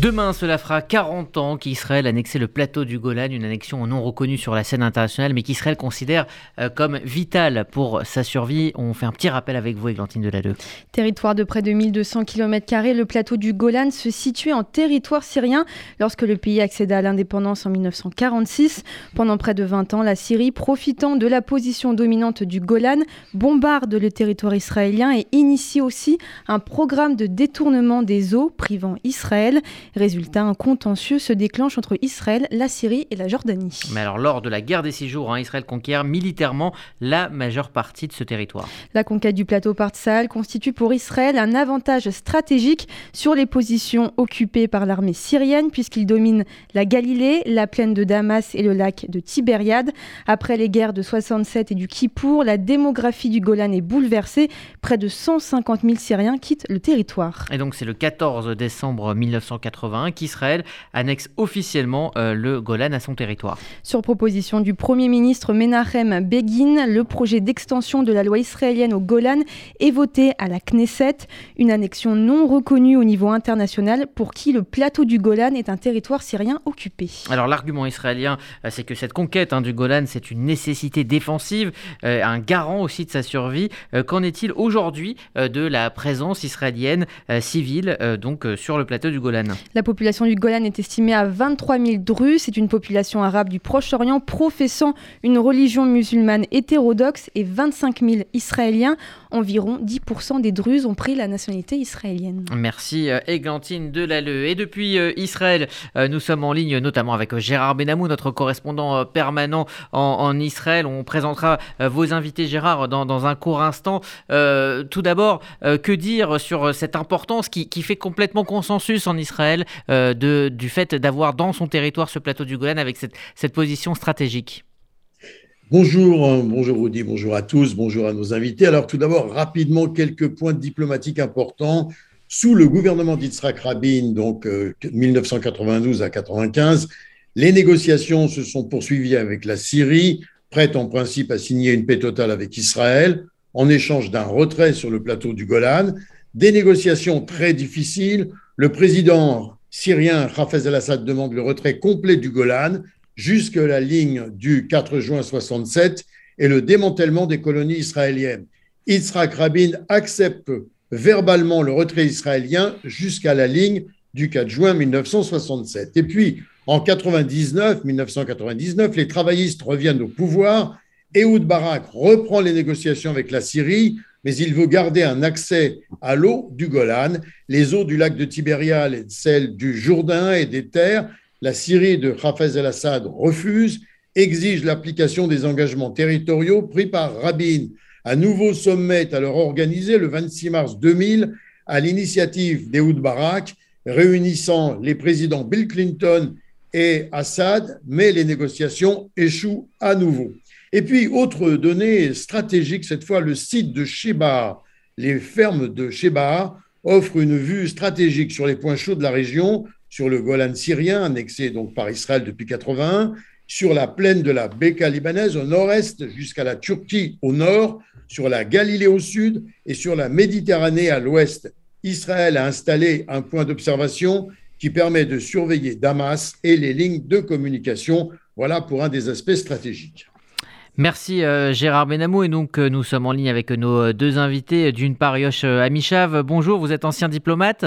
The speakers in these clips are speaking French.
Demain, cela fera 40 ans qu'Israël a annexé le plateau du Golan, une annexion non reconnue sur la scène internationale, mais qu'Israël considère comme vitale pour sa survie. On fait un petit rappel avec vous, Églantine Delalleux. Territoire de près de 1200 km², le plateau du Golan se situait en territoire syrien lorsque le pays accéda à l'indépendance en 1946. Pendant près de 20 ans, la Syrie, profitant de la position dominante du Golan, bombarde le territoire israélien et initie aussi un programme de détournement des eaux privant Israël. Résultat, un contentieux se déclenche entre Israël, la Syrie et la Jordanie. Mais alors, lors de la guerre des 6 jours, Israël conquiert militairement la majeure partie de ce territoire. La conquête du plateau par Tsahal constitue pour Israël un avantage stratégique sur les positions occupées par l'armée syrienne, puisqu'il domine la Galilée, la plaine de Damas et le lac de Tibériade. Après les guerres de 67 et du Kippour, la démographie du Golan est bouleversée. Près de 150 000 Syriens quittent le territoire. Et donc, c'est le 14 décembre 1981 qu'Israël annexe officiellement le Golan à son territoire. Sur proposition du Premier ministre Menachem Begin, le projet d'extension de la loi israélienne au Golan est voté à la Knesset, une annexion non reconnue au niveau international pour qui le plateau du Golan est un territoire syrien occupé. Alors l'argument israélien, c'est que cette conquête du Golan, c'est une nécessité défensive, un garant aussi de sa survie. Qu'en est-il aujourd'hui de la présence israélienne civile sur le plateau du Golan ? La population du Golan est estimée à 23 000 Druzes. C'est une population arabe du Proche-Orient professant une religion musulmane hétérodoxe et 25 000 Israéliens. Environ 10% des Druzes ont pris la nationalité israélienne. Merci Églantine Delalleux. Et depuis Israël, nous sommes en ligne notamment avec Gérard Benamou, notre correspondant permanent en Israël. On présentera vos invités, Gérard, dans un court instant. Tout d'abord, que dire sur cette importance qui fait complètement consensus en Israël du fait d'avoir dans son territoire ce plateau du Golan avec cette position stratégique? Bonjour Rudy, bonjour à tous, bonjour à nos invités. Alors tout d'abord, rapidement, quelques points diplomatiques importants. Sous le gouvernement d'Yitzhak Rabin, donc 1992 à 1995, les négociations se sont poursuivies avec la Syrie, prête en principe à signer une paix totale avec Israël, en échange d'un retrait sur le plateau du Golan. Des négociations très difficiles. Le président syrien Hafez al-Assad demande le retrait complet du Golan jusqu'à la ligne du 4 juin 1967 et le démantèlement des colonies israéliennes. Yitzhak Rabin accepte verbalement le retrait israélien jusqu'à la ligne du 4 juin 1967. Et puis, en 1999, les travaillistes reviennent au pouvoir. Ehud Barak reprend les négociations avec la Syrie, mais il veut garder un accès à l'eau du Golan, les eaux du lac de Tibériade et celles du Jourdain et des terres. La Syrie de Hafez al-Assad refuse, exige l'application des engagements territoriaux pris par Rabin. Un nouveau sommet est alors organisé le 26 mars 2000 à l'initiative d'Ehud Barak, réunissant les présidents Bill Clinton et Assad, mais les négociations échouent à nouveau. Et puis, autre donnée stratégique, cette fois, le site de Sheba, les fermes de Sheba offrent une vue stratégique sur les points chauds de la région, sur le Golan syrien, annexé donc par Israël depuis 1981, sur la plaine de la Beka libanaise au nord-est jusqu'à la Turquie au nord, sur la Galilée au sud et sur la Méditerranée à l'ouest. Israël a installé un point d'observation qui permet de surveiller Damas et les lignes de communication. Voilà pour un des aspects stratégiques. Merci Gérard Benamou. Et donc nous sommes en ligne avec nos deux invités. D'une part, Yosh Amishav, bonjour, vous êtes ancien diplomate.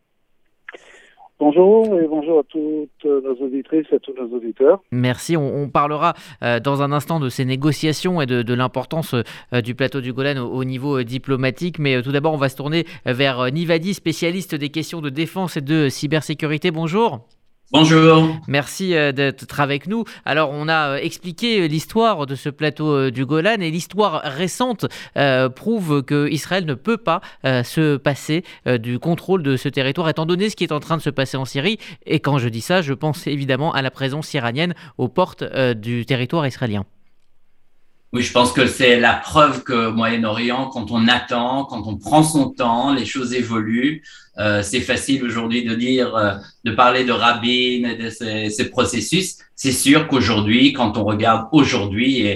Bonjour et bonjour à toutes nos auditrices et à tous nos auditeurs. Merci. On parlera dans un instant de ces négociations et de l'importance du plateau du Golan au niveau diplomatique. Mais tout d'abord, on va se tourner vers Nivadi, spécialiste des questions de défense et de cybersécurité. Bonjour. Bonjour. Merci d'être avec nous. Alors, on a expliqué l'histoire de ce plateau du Golan et l'histoire récente prouve qu'Israël ne peut pas se passer du contrôle de ce territoire étant donné ce qui est en train de se passer en Syrie. Et quand je dis ça, je pense évidemment à la présence iranienne aux portes du territoire israélien. Oui, je pense que c'est la preuve qu'au Moyen-Orient, quand on attend, quand on prend son temps, les choses évoluent. C'est facile aujourd'hui de parler de Rabin et de ces processus. C'est sûr qu'aujourd'hui, quand on regarde aujourd'hui, et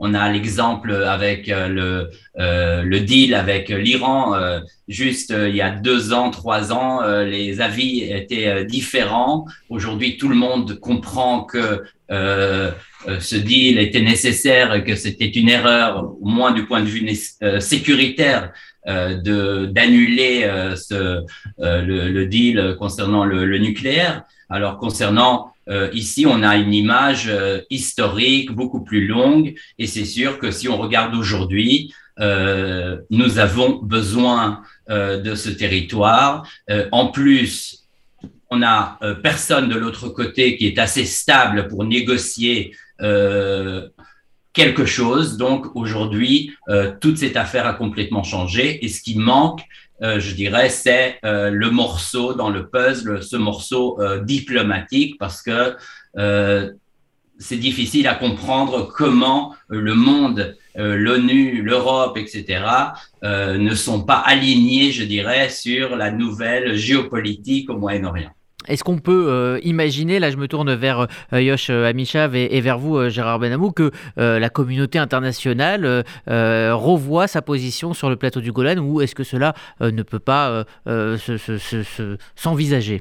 On a l'exemple avec le deal avec l'Iran. Juste il y a 2 ans, 3 ans, les avis étaient différents. Aujourd'hui, tout le monde comprend que ce deal était nécessaire et que c'était une erreur, au moins du point de vue sécuritaire, d'annuler le deal concernant le nucléaire. Alors concernant ici, on a une image historique beaucoup plus longue, et c'est sûr que si on regarde aujourd'hui, nous avons besoin de ce territoire. En plus, on n'a personne de l'autre côté qui est assez stable pour négocier quelque chose. Donc aujourd'hui, toute cette affaire a complètement changé, et ce qui manque, je dirais, c'est le morceau dans le puzzle, ce morceau diplomatique, parce que c'est difficile à comprendre comment le monde, l'ONU, l'Europe, etc., ne sont pas alignés, je dirais, sur la nouvelle géopolitique au Moyen-Orient. Est-ce qu'on peut imaginer, là je me tourne vers Yosh Amishav et vers vous Gérard Benamou, que la communauté internationale revoit sa position sur le plateau du Golan, ou est-ce que cela ne peut pas s'envisager?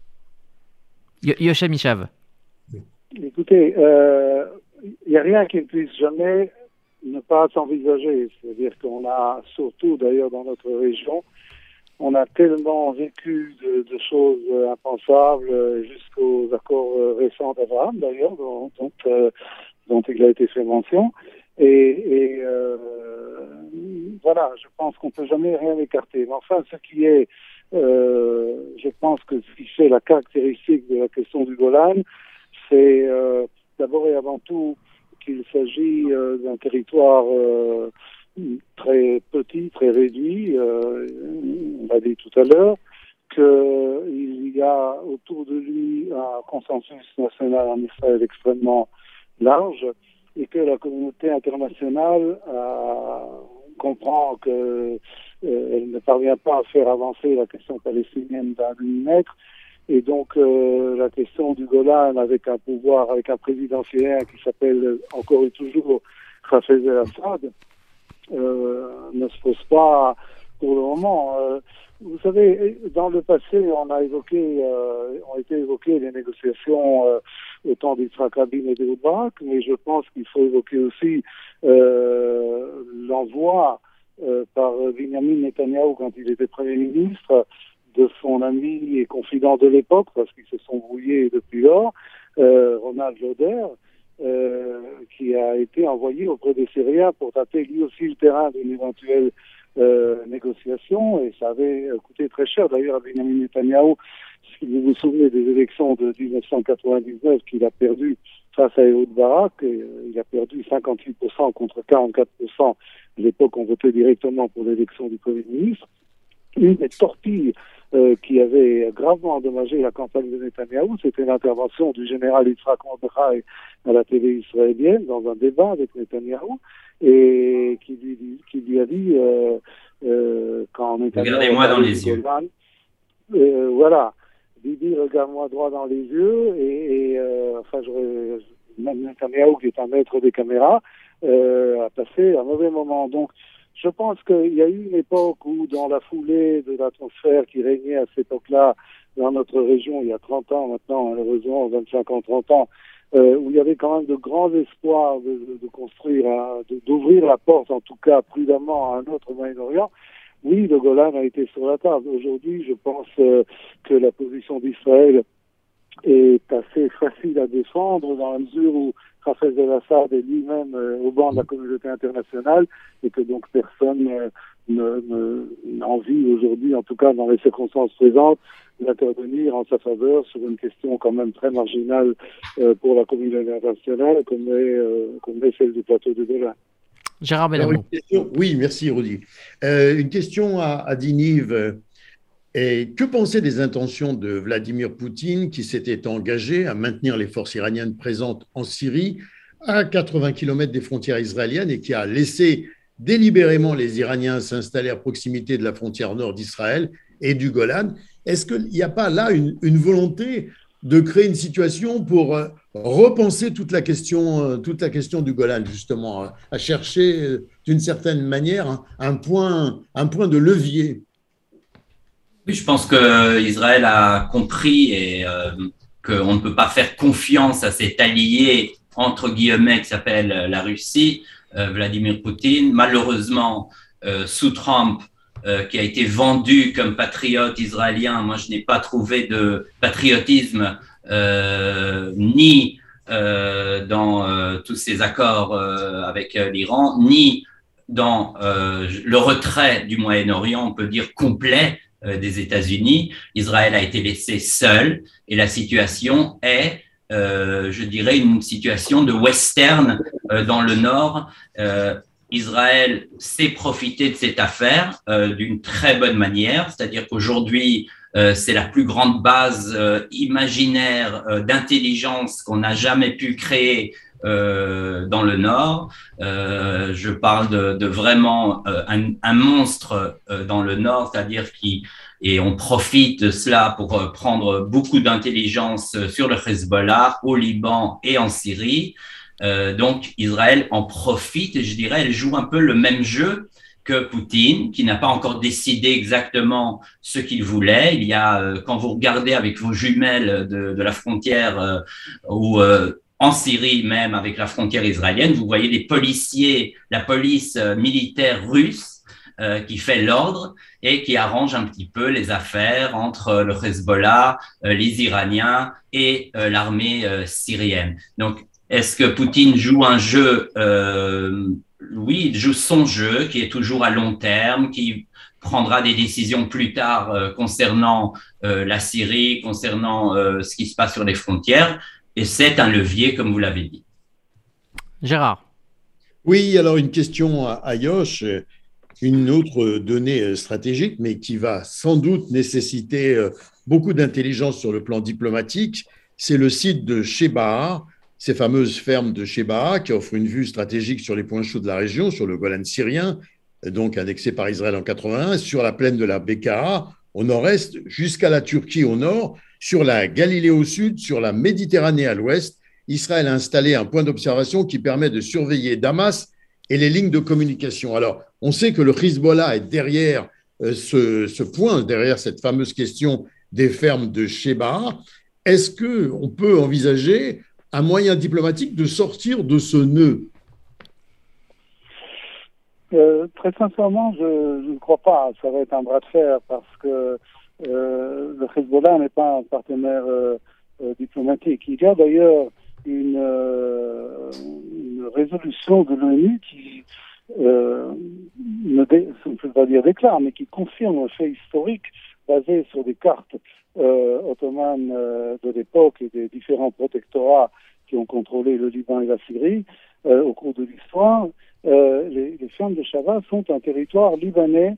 Yosh Amishav. Écoutez, il n'y a rien qui ne puisse jamais ne pas s'envisager. C'est-à-dire qu'on a, surtout d'ailleurs dans notre région, on a tellement vécu de choses impensables jusqu'aux accords récents d'Abraham, d'ailleurs, dont il a été fait mention. Et voilà, je pense qu'on ne peut jamais rien écarter. Mais enfin, ce qui est, je pense que ce qui fait la caractéristique de la question du Golan, c'est d'abord et avant tout qu'il s'agit d'un territoire très petit, très réduit, on l'a dit tout à l'heure, qu'il y a autour de lui un consensus national en Israël extrêmement large, et que la communauté internationale comprend qu'elle ne parvient pas à faire avancer la question palestinienne d'un millimètre, et donc la question du Golan avec un pouvoir, avec un président syrien qui s'appelle encore et toujours Hafez el-Assad, ne se pose pas pour le moment. Vous savez, dans le passé, ont été évoquées les négociations au temps d'Yitzhak Rabin et d'Ehud Barak, mais je pense qu'il faut évoquer aussi l'envoi par Benjamin Netanyahou, quand il était Premier ministre, de son ami et confident de l'époque, parce qu'ils se sont brouillés depuis lors, Ronald Lauder, qui a été envoyé auprès des Syriens pour tâter lui aussi le terrain d'une éventuelle négociation, et ça avait coûté très cher d'ailleurs à Benjamin Netanyahou. Si vous vous souvenez des élections de 1999 qu'il a perdu face à Ehud Barak, il a perdu 58% contre 44%. À l'époque, on votait directement pour l'élection du Premier ministre. Une des torpilles qui avait gravement endommagé la campagne de Netanyahou, c'était l'intervention du général Yitzhak Mordechai à la télé israélienne dans un débat avec Netanyahou, et qui lui a dit quand Netanyahou regardez-moi dans les yeux. Voilà, Bibi, regarde-moi droit dans les yeux, enfin, même Netanyahou, qui est un maître des caméras, a passé un mauvais moment. Donc, je pense qu'il y a eu une époque où, dans la foulée de l'atmosphère qui régnait à cette époque-là dans notre région, il y a 30 ans maintenant, malheureusement, 25 ans, 30 ans, où il y avait quand même de grands espoirs de construire, d'ouvrir la porte, en tout cas prudemment, à un autre Moyen-Orient. Oui, le Golan a été sur la table. Aujourd'hui, je pense que la position d'Israël est assez facile à défendre, dans la mesure où Hafez el-Assad est lui-même au banc de la communauté internationale, et que donc personne n'envie aujourd'hui, en tout cas dans les circonstances présentes, d'intervenir en sa faveur sur une question quand même très marginale pour la communauté internationale, comme est celle du plateau du Golan. Gérard Benamou. Oui, merci Rudy. Une question à Diniv. Et que penser des intentions de Vladimir Poutine, qui s'était engagé à maintenir les forces iraniennes présentes en Syrie à 80 km des frontières israéliennes, et qui a laissé délibérément les Iraniens s'installer à proximité de la frontière nord d'Israël et du Golan? Est-ce qu'il n'y a pas là une volonté de créer une situation pour repenser toute la question du Golan, justement, à chercher d'une certaine manière un point de levier. Oui, je pense que Israël a compris et qu'on ne peut pas faire confiance à cet allié entre guillemets qui s'appelle la Russie, Vladimir Poutine. Malheureusement, sous Trump, qui a été vendu comme patriote israélien, moi je n'ai pas trouvé de patriotisme ni dans tous ces accords avec l'Iran, ni dans le retrait du Moyen-Orient, on peut dire complet, des États-Unis. Israël a été laissé seul et la situation est, je dirais, une situation de western dans le nord. Israël sait profiter de cette affaire d'une très bonne manière, c'est-à-dire qu'aujourd'hui, c'est la plus grande base imaginaire d'intelligence qu'on n'a jamais pu créer dans le Nord. Je parle de vraiment un monstre dans le Nord, c'est-à-dire et on profite de cela pour prendre beaucoup d'intelligence sur le Hezbollah, au Liban et en Syrie. Donc Israël en profite et je dirais, elle joue un peu le même jeu que Poutine, qui n'a pas encore décidé exactement ce qu'il voulait. Il y a, quand vous regardez avec vos jumelles de la frontière ou en Syrie même avec la frontière israélienne, vous voyez les policiers, la police militaire russe qui fait l'ordre et qui arrange un petit peu les affaires entre le Hezbollah, les Iraniens et l'armée syrienne. Donc, est-ce que Poutine joue un jeu oui, il joue son jeu qui est toujours à long terme, qui prendra des décisions plus tard concernant la Syrie, concernant ce qui se passe sur les frontières. Et c'est un levier, comme vous l'avez dit. Gérard. Oui, alors une question à Yosh, une autre donnée stratégique, mais qui va sans doute nécessiter beaucoup d'intelligence sur le plan diplomatique, c'est le site de Sheba, ces fameuses fermes de Sheba qui offrent une vue stratégique sur les points chauds de la région, sur le Golan syrien, donc annexé par Israël en 1981, sur la plaine de la Bekaa au nord-est, jusqu'à la Turquie au nord, sur la Galilée au sud, sur la Méditerranée à l'ouest. Israël a installé un point d'observation qui permet de surveiller Damas et les lignes de communication. Alors, on sait que le Hezbollah est derrière ce point, derrière cette fameuse question des fermes de Sheba. Est-ce qu'on peut envisager un moyen diplomatique de sortir de ce nœud? Très sincèrement, je ne crois pas. Ça va être un bras de fer parce que le Hezbollah n'est pas un partenaire diplomatique. Il y a d'ailleurs une résolution de l'ONU qui ne peut pas dire déclare, mais qui confirme un fait historique basé sur des cartes ottomanes de l'époque et des différents protectorats qui ont contrôlé le Liban et la Syrie au cours de l'histoire. Les fermes de Sheba sont un territoire libanais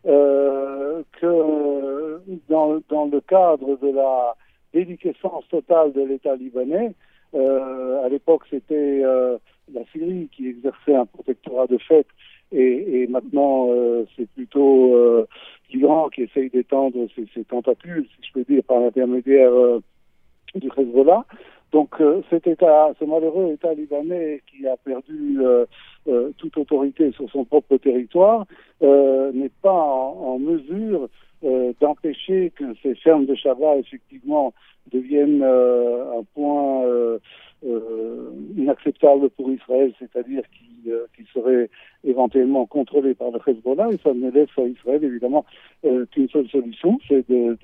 que dans le cadre de la déliquescence totale de l'État libanais, à l'époque c'était la Syrie qui exerçait un protectorat de fait et maintenant c'est plutôt l'Iran qui essaye d'étendre ses tentacules, si je peux dire, par l'intermédiaire du Hezbollah. Donc ce malheureux État libanais qui a perdu toute autorité sur son propre territoire n'est pas en mesure d'empêcher que ces fermes de Sheba effectivement deviennent un point inacceptable pour Israël, c'est-à-dire qui serait éventuellement contrôlé par le Hezbollah, et ça ne laisse à Israël évidemment qu'une seule solution, c'est de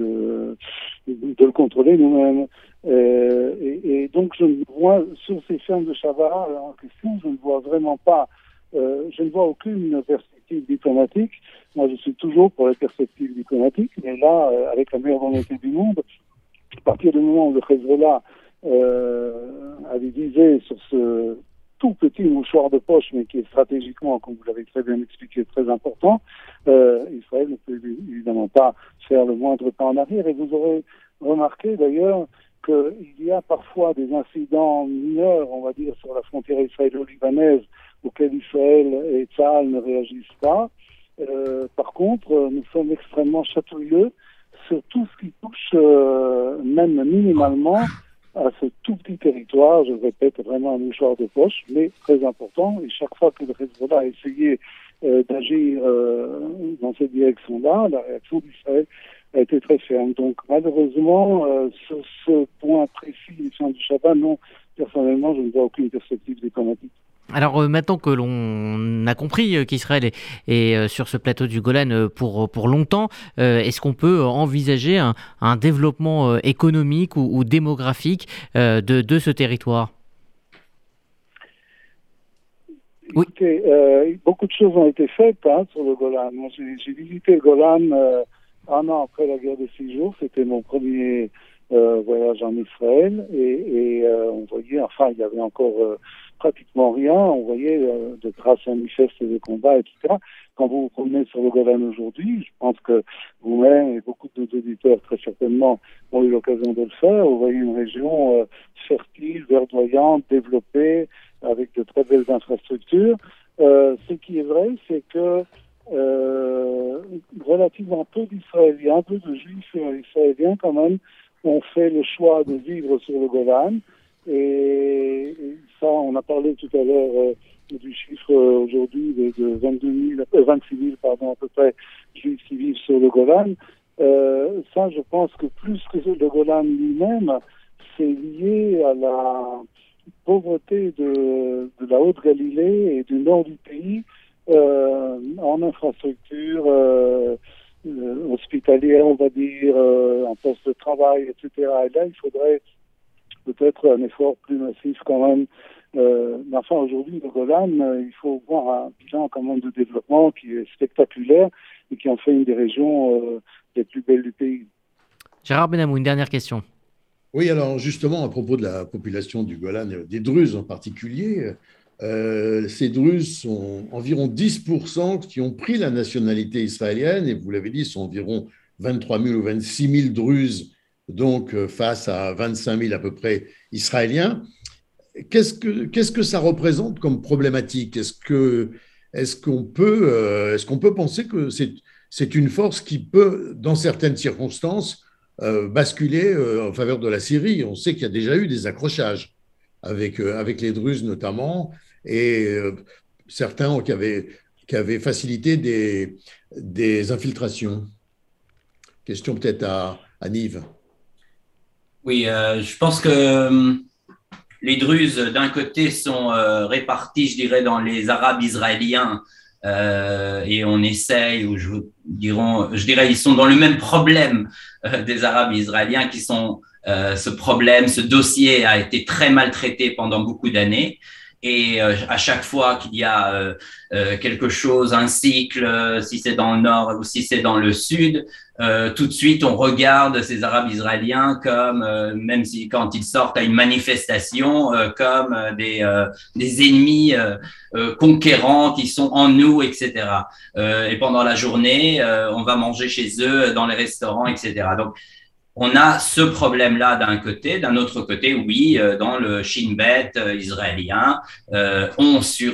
le contrôler nous-mêmes. Et donc je ne vois sur ces fermes de Sheba en question, je ne vois vraiment pas, je ne vois aucune perspective diplomatique. Moi je suis toujours pour les perspectives diplomatiques, mais là, avec la meilleure volonté du monde, à partir du moment où le Hezbollah avait visé sur ce tout petit mouchoir de poche, mais qui est stratégiquement, comme vous l'avez très bien expliqué, très important, Israël ne peut évidemment pas faire le moindre pas en arrière. Et vous aurez remarqué d'ailleurs qu'il y a parfois des incidents mineurs, on va dire, sur la frontière israélo-libanaise, auxquels Israël et Tzahal ne réagissent pas. Par contre, nous sommes extrêmement chatouilleux sur tout ce qui touche, même minimalement, à ce tout petit territoire, je répète, vraiment un mouchoir de poche, mais très important. Et chaque fois que le Hezbollah a essayé d'agir dans cette direction-là, la réaction d'Israël a été très ferme. Donc malheureusement, sur ce point précis du fin du Shabbat, non, personnellement, je ne vois aucune perspective diplomatique. Alors maintenant que l'on a compris qu'Israël est sur ce plateau du Golan pour longtemps, est-ce qu'on peut envisager un développement économique ou démographique de ce territoire ? Écoutez, beaucoup de choses ont été faites sur le Golan. Moi, j'ai visité le Golan un an après la guerre de 6 jours. C'était mon premier voyage en Israël et on voyait, enfin, il y avait encore pratiquement rien. On voyait de traces manifestes de combats, etc. Quand vous vous promenez sur le Golan aujourd'hui, je pense que vous-même et beaucoup d'auditeurs très certainement ont eu l'occasion de le faire. Vous voyez une région fertile, verdoyante, développée, avec de très belles infrastructures. Ce qui est vrai, c'est que relativement peu d'Israéliens, peu de Juifs israéliens quand même, ont fait le choix de vivre sur le Golan. Et ça, on a parlé tout à l'heure du chiffre aujourd'hui de 26 000 à peu près Juifs qui vivent sur le Golan. Ça, je pense que plus que le Golan lui-même, c'est lié à la pauvreté de la Haute-Galilée et du nord du pays en infrastructure hospitalière, on va dire, en poste de travail, etc. Et là, il faudrait peut-être un effort plus massif quand même. Mais enfin, aujourd'hui, le Golan, il faut voir un bilan quand même de développement qui est spectaculaire et qui en fait une des régions les plus belles du pays. Gérard Benamou, une dernière question. Oui, alors justement, à propos de la population du Golan, des Druzes en particulier, ces Druzes sont environ 10% qui ont pris la nationalité israélienne, et vous l'avez dit, sont environ 23 000 ou 26 000 Druzes, donc face à 25 000 à peu près Israéliens. Qu'est-ce que ça représente comme problématique ? Est-ce qu'on peut penser que c'est une force qui peut, dans certaines circonstances, basculer en faveur de la Syrie? On sait qu'il y a déjà eu des accrochages avec les Druzes notamment, et certains qui avaient facilité des infiltrations. Question peut-être à Nive. Oui, je pense que les Druzes, d'un côté, sont répartis, je dirais, dans les Arabes israéliens, et on essaye, ou je dirais, ils sont dans le même problème des Arabes israéliens, qui sont ce problème, ce dossier a été très maltraité pendant beaucoup d'années. Et à chaque fois qu'il y a quelque chose, un cycle, si c'est dans le nord ou si c'est dans le sud, tout de suite on regarde ces Arabes israéliens comme, même si quand ils sortent à une manifestation, comme des ennemis conquérants qui sont en nous, etc. Et pendant la journée, on va manger chez eux dans les restaurants, etc. Donc on a ce problème-là d'un côté. D'un autre côté, oui, dans le Shin Bet israélien, on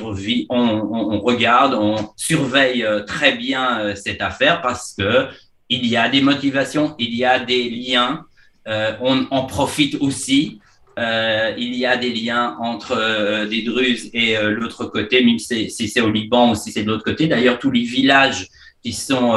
regarde, on surveille très bien cette affaire parce que il y a des motivations, il y a des liens. On en profite aussi. Il y a des liens entre des Druzes et l'autre côté, même si c'est au Liban ou si c'est de l'autre côté. D'ailleurs, tous les villages qui sont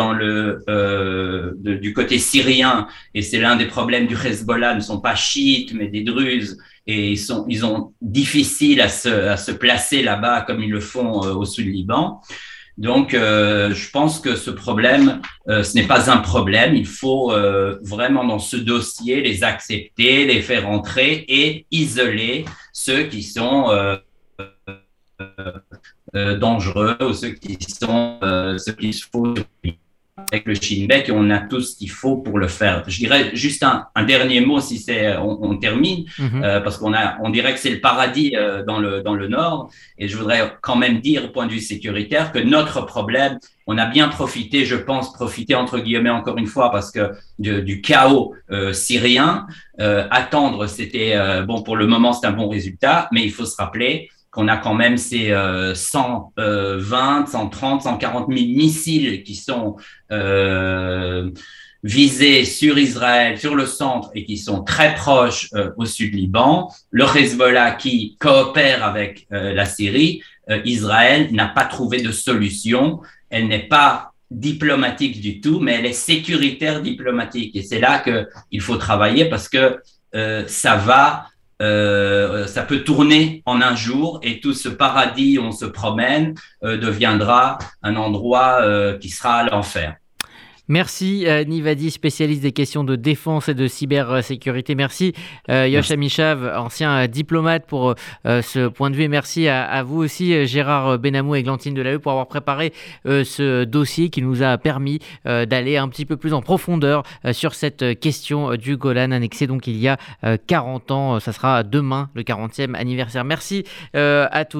du côté syrien, et c'est l'un des problèmes du Hezbollah, ne sont pas chiites, mais des Druzes, et ils ont difficile à se placer là-bas comme ils le font au sud du Liban. Donc, je pense que ce problème, ce n'est pas un problème. Il faut vraiment dans ce dossier les accepter, les faire entrer et isoler ceux qui sont dangereux ou ceux qui se font avec le Shin Bet, et on a tout ce qu'il faut pour le faire. Je dirais juste un dernier mot si on termine, parce on dirait que c'est le paradis dans le nord, et je voudrais quand même dire au point de vue sécuritaire que notre problème, on a bien profité, je pense profiter entre guillemets encore une fois, parce que du chaos syrien, attendre c'était bon, pour le moment c'est un bon résultat, mais il faut se rappeler qu'on a quand même ces 120, 130, 140 000 missiles qui sont visés sur Israël, sur le centre et qui sont très proches au sud Liban, le Hezbollah qui coopère avec la Syrie, Israël n'a pas trouvé de solution. Elle n'est pas diplomatique du tout, mais elle est sécuritaire diplomatique. Et c'est là qu'il faut travailler parce que ça peut tourner en un jour et tout ce paradis où on se promène deviendra un endroit qui sera l'enfer. Merci Nivadi, spécialiste des questions de défense et de cybersécurité. Merci Yosh Amishav, ancien diplomate, pour ce point de vue. Et merci à vous aussi Gérard Benamou et Églantine Delahaye pour avoir préparé ce dossier qui nous a permis d'aller un petit peu plus en profondeur sur cette question du Golan annexé donc il y a 40 ans. Ça sera demain le 40e anniversaire. Merci à tous.